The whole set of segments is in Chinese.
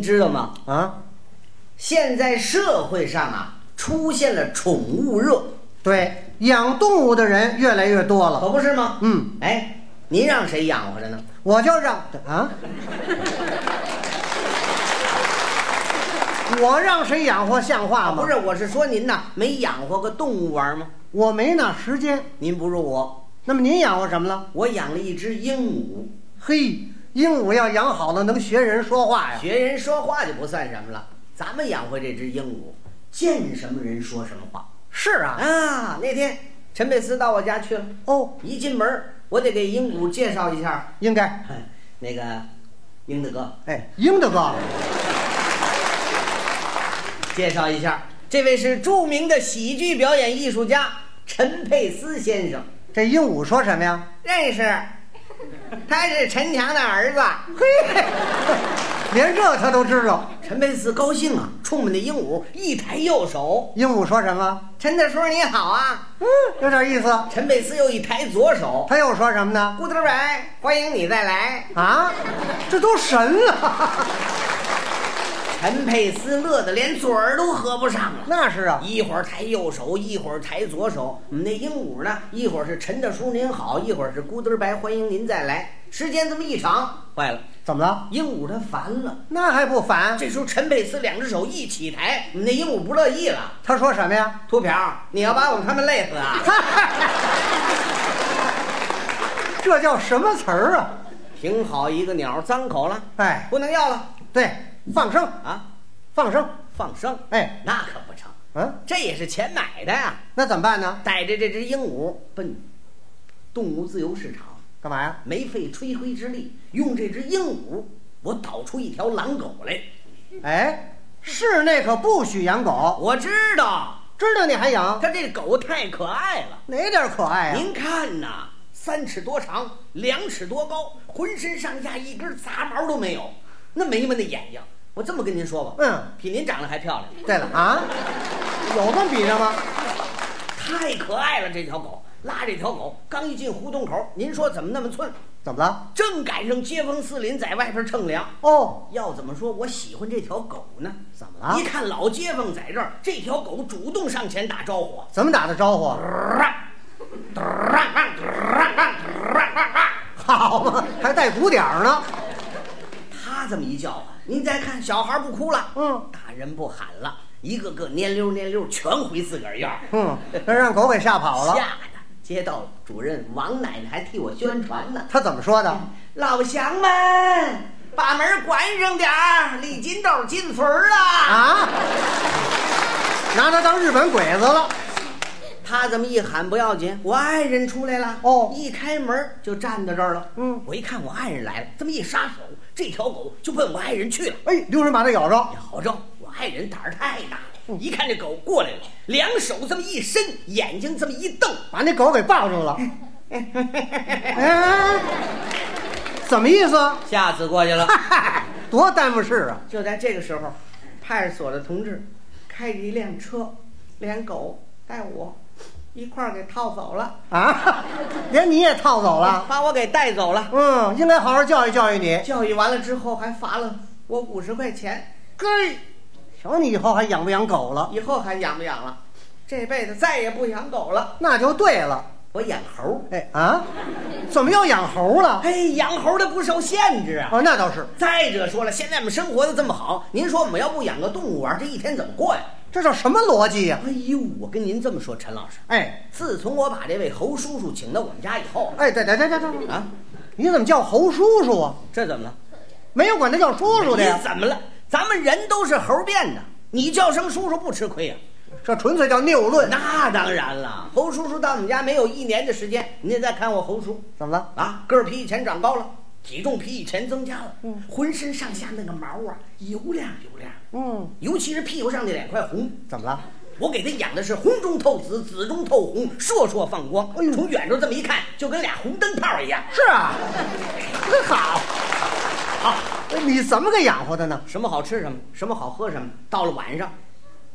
知道吗？ 啊， 现在社会上啊，出现了宠物热， 对，养动物的人越来越多了， 可不是吗？ 嗯， 哎，您让谁养活着呢？ 我就让啊，我让谁养活像话吗？ 不是，我是说您呐，没养活个动物玩吗？ 我没那时间。 您不如我， 那么您养活什么了？ 我养了一只鹦鹉。 嘿，鹦鹉要养好了，能学人说话呀。 学人说话就不算什么了，咱们养活这只鹦鹉，见什么人说什么话。 是啊， 啊，那天陈佩斯到我家去了。 哦， 一进门我得给鹦鹉介绍一下。 应该。 那个英子哥， 哎，英大哥， 介绍一下，这位是著名的喜剧表演艺术家陈佩斯先生。 这鹦鹉说什么呀？ 认识，他是陈强的儿子。 嘿，连这他都知道。 陈佩斯高兴啊，冲我们的鹦鹉一抬右手。 鹦鹉说什么？ 陈大叔你好啊。 有点意思。 陈佩斯又一抬左手。 他又说什么呢？ 古德白，欢迎你再来啊！这都神了。 陈佩斯乐得连嘴儿都合不上了。 那是啊， 一会儿抬右手，一会儿抬左手。我们那鹦鹉呢，一会儿是陈大叔您好，一会儿是古德白，欢迎您再来。时间这么一长，坏了， 怎么了？ 鹦鹉它烦了。 那还不烦？ 这时候陈佩斯两只手一起抬，我们那鹦鹉不乐意了。 他说什么呀？ 秃瓢，你要把我们他们累死啊！ 这叫什么词儿啊？ 挺好一个鸟，脏口了， 哎， 不能要了。 对，放生啊， 放生， 放生。 哎， 那可不成，这也是钱买的呀。 那怎么办呢？ 带着这只鹦鹉奔动物自由市场， 干嘛呀？ 没费吹灰之力，用这只鹦鹉，我导出一条狼狗来。 哎，室内可不许养狗。 我知道， 知道你还养？ 它这狗太可爱了。 哪点可爱啊？ 您看呐，3尺多长，2尺多高，浑身上下一根杂毛都没有，那眉毛那眼睛，我这么跟您说吧，比您长得还漂亮。 对了啊，有这么比着吗？ 太可爱了，这条狗。拉这条狗刚一进胡同口，您说怎么那么寸？ 怎么了？ 正赶上街坊四邻在外边乘凉。 哦， 要怎么说我喜欢这条狗呢？ 怎么了？ 一看老街坊在这儿，这条狗主动上前打招呼。 怎么打的招呼？好嘛，还带鼓点呢。 他这么一叫啊，您再看小孩不哭了，大人不喊了，一个个蔫溜蔫溜，全回自个儿院。 那让狗给吓跑了。 吓的街道主任王奶奶还替我宣传呢。 他怎么说的？ 老乡们，把门关上点儿，李金斗进村了啊！拿他当日本鬼子了。 他这么一喊不要紧，我爱人出来了。 哦， 一开门就站到这儿了。我一看我爱人来了，这么一撒手，这条狗就奔我爱人去了。 哎，留神把它咬着。 咬着，我爱人胆儿太大了。一看这狗过来了，两手这么一伸，眼睛这么一瞪， 把那狗给抱住了。哎，怎么意思？ 吓死过去了。 多耽误事啊！ 就在这个时候，派出所的同志开着一辆车，连狗带我一块儿给套走了啊！连你也套走了， 把我给带走了。 应该好好教育教育你。 教育完了之后，还罚了我50块钱。 瞧你以后还养不养狗了？ 以后还养不养了？这辈子再也不养狗了。 那就对了， 我养猴。 哎啊，怎么又养猴了？ 哎，养猴的不受限制啊。 那倒是。 再者说了，现在我们生活的这么好，您说我们要不养个动物玩，这一天怎么过呀？ 这叫什么逻辑呀？ 哎呦，我跟您这么说，陈老师，自从我把这位侯叔叔请到我们家以后， 对啊，你怎么叫侯叔叔啊？ 这怎么了？ 没有管他叫叔叔的呀？ 你怎么了？咱们人都是猴变的，你叫声叔叔不吃亏呀？ 这纯粹叫谬论。 那当然了，侯叔叔到我们家没有1年的时间，您再看我侯叔怎么了啊？个儿比以前长高了，体重比以前增加了，浑身上下那个毛啊油亮油亮，尤其是屁股上那2块红。 怎么了？ 我给他养的是红中透紫，紫中透红，烁烁放光。从远处这么一看，就跟俩红灯泡一样。 是啊，好， 好， 你怎么给养活的呢？ 什么好吃什么，什么好喝什么。到了晚上，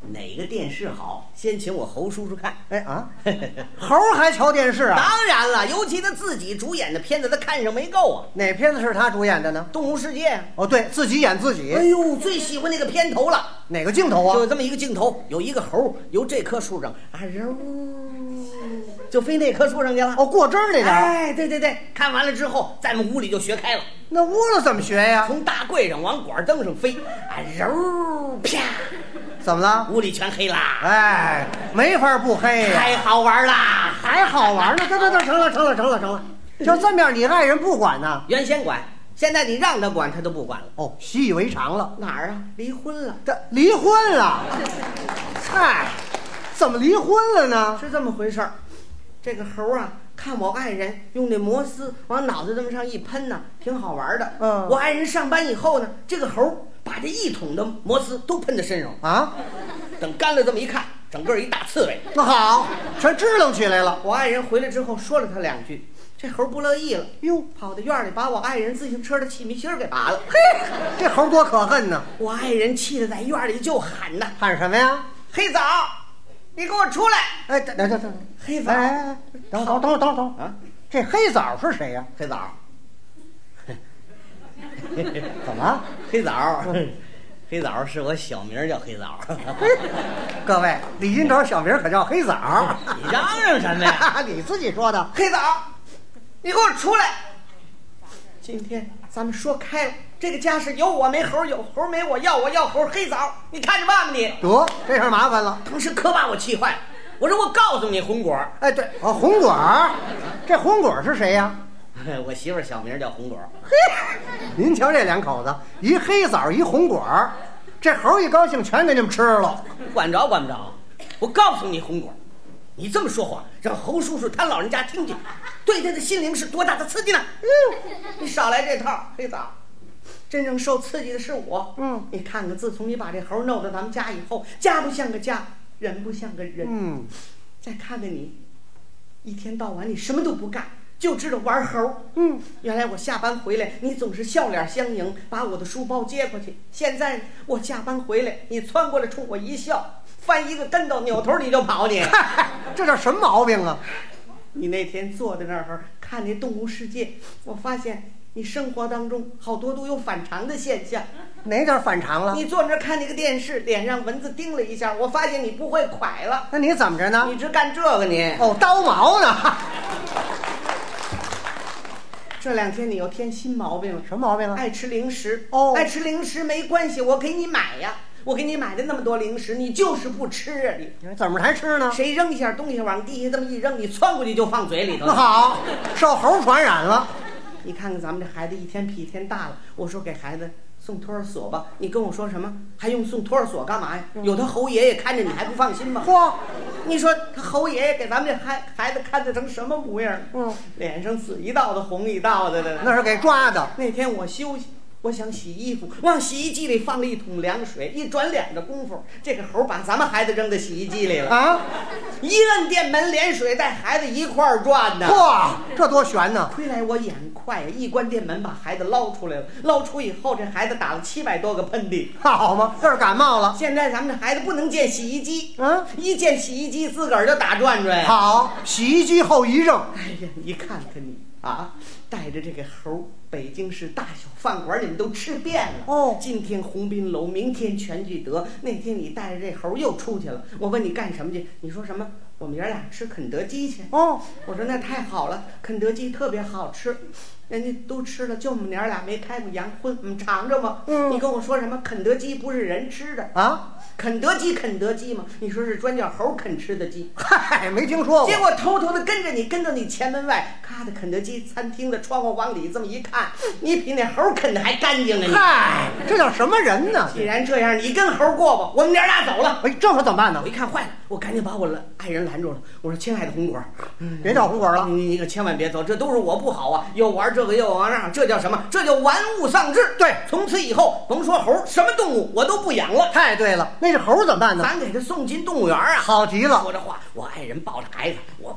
哪个电视好，先请我侯叔叔看。 哎啊，猴还瞧电视啊？ 当然了，尤其他自己主演的片子，他看上没够啊。 哪片子是他主演的呢？ 动物世界。 哦，对，自己演自己。 哎呦，最喜欢那个片头了。 哪个镜头啊？ 就这么一个镜头，有一个猴由这棵树上啊揉，就飞那棵树上去了。 哦，过针儿那点。 哎，对对对，看完了之后，在我们屋里就学开了。 那屋子怎么学呀？ 从大柜上往管灯上飞，啊揉啪， 怎么了？ 屋里全黑啦。 哎，没法不黑呀。 太好玩啦， 还好玩呢。得，成了。就这么样，你爱人不管呢？ 原先管，现在你让他管，他都不管了。 哦，习以为常了。 哪儿啊？离婚了。 这离婚了？嗨，怎么离婚了呢？ 是这么回事儿。这个猴啊，看我爱人用那摩丝往脑袋这么上一喷呢，挺好玩的。我爱人上班以后呢，这个猴把这1桶的摩丝都喷在身上啊。 等干了这么一看，整个一大刺猬。 那好，全支棱起来了。 我爱人回来之后说了他2句，这猴不乐意了， 哟， 跑到院里把我爱人自行车的气密芯给拔了。 嘿，这猴多可恨呢！ 我爱人气得在院里就喊呐：“ 喊什么呀？ 黑枣，你给我出来！” 哎，等， 黑枣， 哎，等啊！这黑枣是谁呀？ 黑枣， 怎么？ 黑枣，黑枣是我小名叫黑枣。 各位，李金斗小名可叫黑枣。 你嚷嚷什么呀？ 你自己说的。 黑枣，你给我出来！今天咱们说开了，这个家是有我没猴，有猴没我，要我要猴。黑枣，你看着办吧你。 得，这事麻烦了。 当时可把我气坏了。我说我告诉你，红果。 哎，对，哦，红果，这红果是谁呀？ 我媳妇儿小名叫红果。 嘿，您瞧这2口子，一黑枣一红果，这猴一高兴全给你们吃了。 管着？我告诉你，红果，你这么说话，让侯叔叔他老人家听见，对他的心灵是多大的刺激呢？你少来这套，黑枣。真正受刺激的是我。你看看，自从你把这猴弄到咱们家以后，家不像个家，人不像个人。再看看你，一天到晚你什么都不干，就知道玩猴。原来我下班回来，你总是笑脸相迎，把我的书包接过去。现在我下班回来，你窜过来冲我一笑，翻一个跟斗，扭头你就跑你。 这叫什么毛病啊？ 你那天坐在那儿看那动物世界，我发现你生活当中好多都有反常的现象。 哪点反常了？ 你坐那儿看那个电视，脸上蚊子叮了一下，我发现你不会蒯了。 那你怎么着呢？ 你只干这个你。 哦，刀毛呢？ 这2天你又添新毛病了。 什么毛病啊？ 爱吃零食。 爱吃零食没关系，我给你买呀。我给你买的那么多零食，你就是不吃啊！你怎么还吃呢？ 谁扔一下东西往地下这么一扔，你窜过去就放嘴里头。 那好，受猴传染了。 你看看咱们这孩子一天比一天大了。我说给孩子送托儿所吧，你跟我说什么？还用送托儿所干嘛呀？有他猴爷爷看着你还不放心吗？ 嚯！ 你说他猴爷爷给咱们这孩子看得成什么模样？脸上紫一道的红一道的了。 那是给抓的。 那天我休息，我想洗衣服，往洗衣机里放了1桶凉水，一转脸的功夫，这个猴把咱们孩子扔到洗衣机里了啊！ 一摁电门，连水带孩子一块儿转呢。 嚯，这多悬呢！ 亏来我眼快呀，一关电门把孩子捞出来了。捞出以后，这孩子打了700多个喷嚏。 好嘛，这是感冒了。 现在咱们这孩子不能见洗衣机，一见洗衣机自个儿就打转转呀。 好，洗衣机后遗症。 哎呀，你看看你啊，带着这个猴，北京市大小饭馆你们都吃遍了。今天鸿宾楼，明天全聚德，那天你带着这猴又出去了。我问你干什么去？你说什么？我们爷俩吃肯德基去。我说那太好了，肯德基特别好吃，人家都吃了，就我们娘俩没开过洋荤，我们尝着吗？你跟我说什么？肯德基不是人吃的啊？肯德基嘛，你说是专叫猴肯吃的鸡？ 嗨，没听说过。 结果偷偷的跟着你，跟到你前门外，咔的肯德基餐厅的窗户往里这么一看，你比那猴啃的还干净呢。 嗨，这叫什么人呢？ 既然这样，你跟猴过吧，我们娘俩走了。 这可怎么办呢？ 我一看坏了，我赶紧把我爱人拦住了。我说：“亲爱的红果， 别叫红果了， 你可千万别走，这都是我不好啊！又玩这个又玩那，这叫什么？这叫玩物丧志。 对， 从此以后，甭说猴，什么动物我都不养了。 太对了，那这猴怎么办呢？ 咱给他送进动物园啊！ 好极了。 说这话，我爱人抱着孩子，我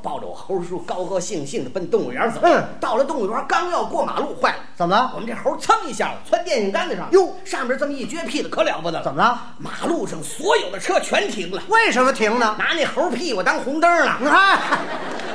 抱着我猴叔高高兴兴的奔动物园走。 嗯， 到了动物园，刚要过马路，坏了， 怎么了？ 我们这猴蹭一下窜电线杆子上， 哟， 上面这么一撅屁股，可了不得了。 怎么了？ 马路上所有的车全停了。 为什么停呢？ 拿那猴屁股当红灯了。 你看。